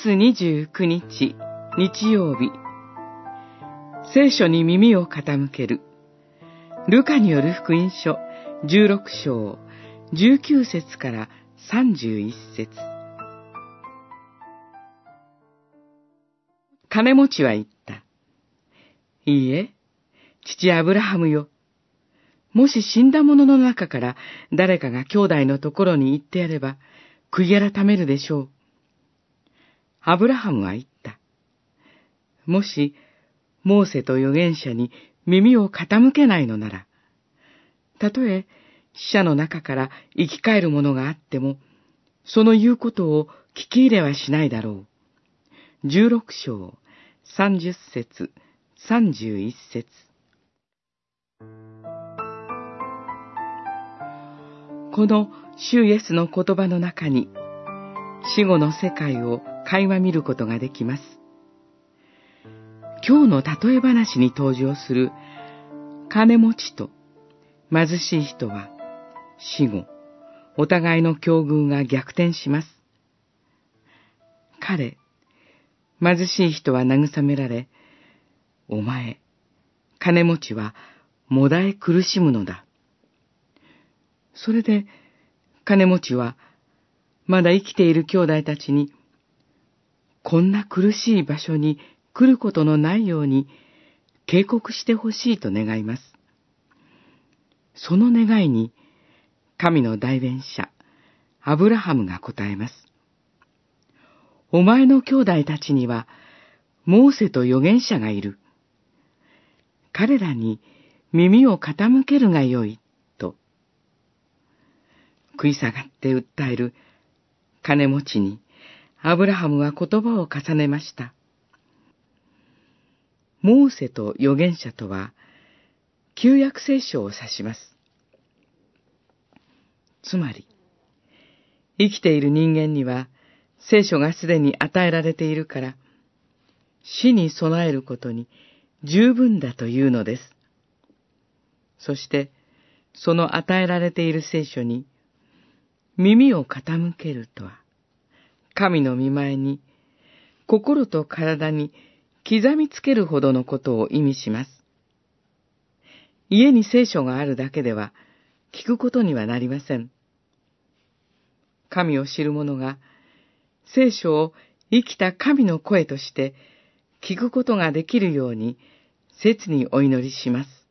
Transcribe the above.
月29日、日曜日。聖書に耳を傾ける。ルカによる福音書16章19節から31節。金持ちは言った。いいえ、父アブラハムよ。もし死んだ者の中から誰かが兄弟のところに行ってやれば、悔い改めるでしょう。アブラハムは言った。もし、モーセと預言者に耳を傾けないのなら、たとえ死者の中から生き返るものがあっても、その言うことを聞き入れはしないだろう。16章30節31節。この主イエスの言葉の中に、死後の世界を垣間見ることができます。今日の例え話に登場する金持ちと貧しい人は死後、お互いの境遇が逆転します。貧しい人は慰められ、お前、金持ちはもだえ苦しむのだ。それで、金持ちは、まだ生きている兄弟たちに、こんな苦しい場所に来ることのないように警告してほしいと願います。その願いに、神の代弁者、アブラハムが答えます。お前の兄弟たちには、モーセと預言者がいる。彼らに耳を傾けるがよい、と。食い下がって訴える金持ちに、アブラハムは言葉を重ねました。モーセと預言者とは、旧約聖書を指します。つまり、生きている人間には、聖書がすでに与えられているから、死に備えることに十分だというのです。そして、その与えられている聖書に、耳を傾けるとは、神の御前に、心と体に刻みつけるほどのことを意味します。家に聖書があるだけでは、聞くことにはなりません。神を知る者が、聖書を生きた神の声として聞くことができるように、切にお祈りします。